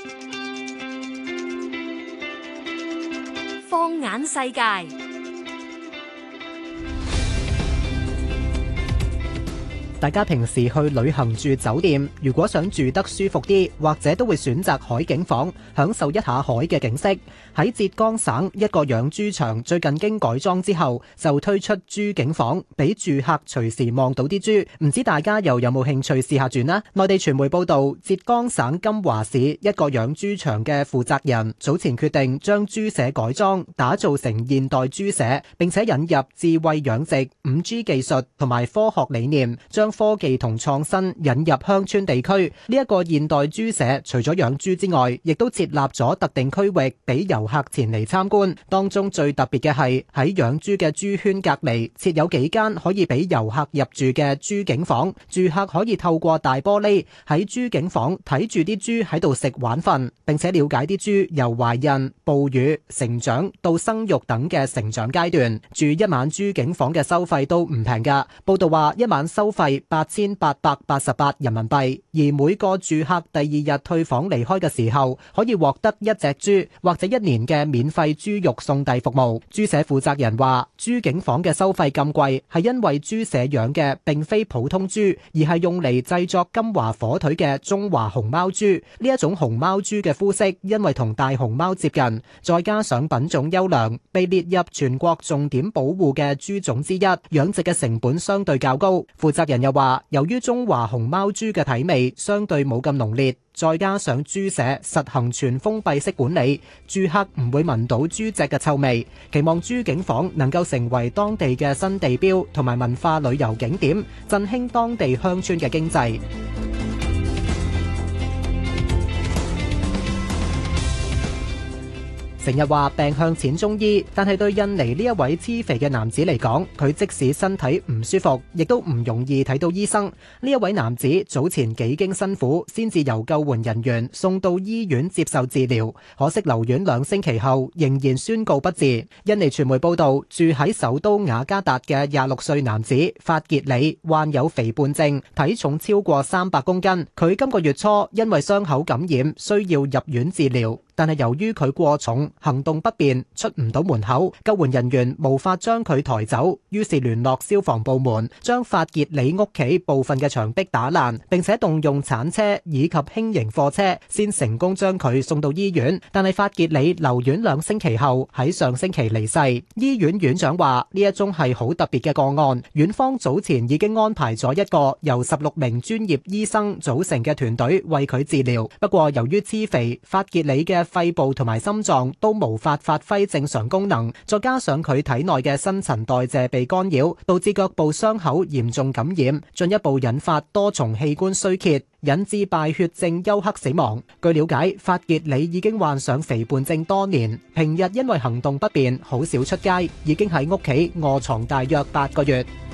放眼世界。 大家平時去旅行住酒店，如果想住得舒服啲，或者都會選擇海景房，享受一下海嘅景色。喺浙江省一個養豬場最近經改裝之後，就推出豬景房，俾住客隨時望到啲豬。唔知大家又有冇興趣試下住呢？內地傳媒報道，浙江省金華市一個養豬場嘅負責人早前決定將豬舍改裝，打造成現代豬舍，並且引入智慧養殖、5G 技術同埋科學理念，將科技同創新引入鄉村地區。呢一個現代豬舍除咗養豬之外，亦都設立咗特定區域俾遊客前嚟參觀。當中最特別嘅係喺養豬嘅豬圈隔離設有幾間可以俾遊客入住嘅豬景房，住客可以透過大玻璃喺豬景房睇住啲豬喺度食玩瞓，並且了解啲豬由懷孕、哺乳、成長到生育等嘅成長階段。住一晚豬景房嘅收費都唔平㗎。報道話一晚收費8888人民幣，而每個住客第二日退房離開嘅時候，可以獲得一隻豬或者1年嘅免費豬肉送遞服務。豬舍負責人話：豬景房嘅收費咁貴，係因為豬舍養嘅並非普通豬，而係用嚟製作金華火腿嘅中華熊貓豬。呢一種熊貓豬嘅膚色因為同大熊貓接近，再加上品種優良，被列入全國重點保護嘅豬種之一，養殖嘅成本相對較高。負責人又話，由於中華熊貓豬嘅體味相對冇咁濃烈，再加上豬舍實行全封閉式管理，住客唔會聞到豬隻嘅臭味。期望豬景房能夠成為當地嘅新地標同埋文化旅遊景點，振興當地鄉村嘅經濟。成日話病向淺中醫，但係對印尼呢一位黐肥嘅男子嚟講，佢即使身體唔舒服，亦都唔容易睇到醫生。呢一位男子早前幾經辛苦，先至由救援人員送到醫院接受治療，可惜留院2星期後，仍然宣告不治。印尼傳媒報道，住喺首都雅加達嘅26歲男子法傑里患有肥胖症，體重超過300公斤。佢今個月初因為傷口感染，需要入院治療。但係由於佢過重，行動不便，出唔到門口，救援人員無法將佢抬走，於是聯絡消防部門，將法傑里屋企部分嘅牆壁打爛，並且動用鏟車以及輕型貨車，先成功將佢送到醫院。但係法傑里留院2星期後，喺上星期離世。醫院院長話呢一宗係好特別嘅個案，院方早前已經安排咗一個由16名專業醫生組成嘅團隊為佢治療。不過由於黐肥，法傑里嘅肺部同埋心臟都無法發揮正常功能，再加上佢體內嘅新陳代謝被干擾，導致腳部傷口嚴重感染，進一步引發多重器官衰竭，引致敗血症休克死亡。據了解，法傑里已經患上肥胖症多年，平日因為行動不便，好少出街，已經喺屋企臥床大約8個月。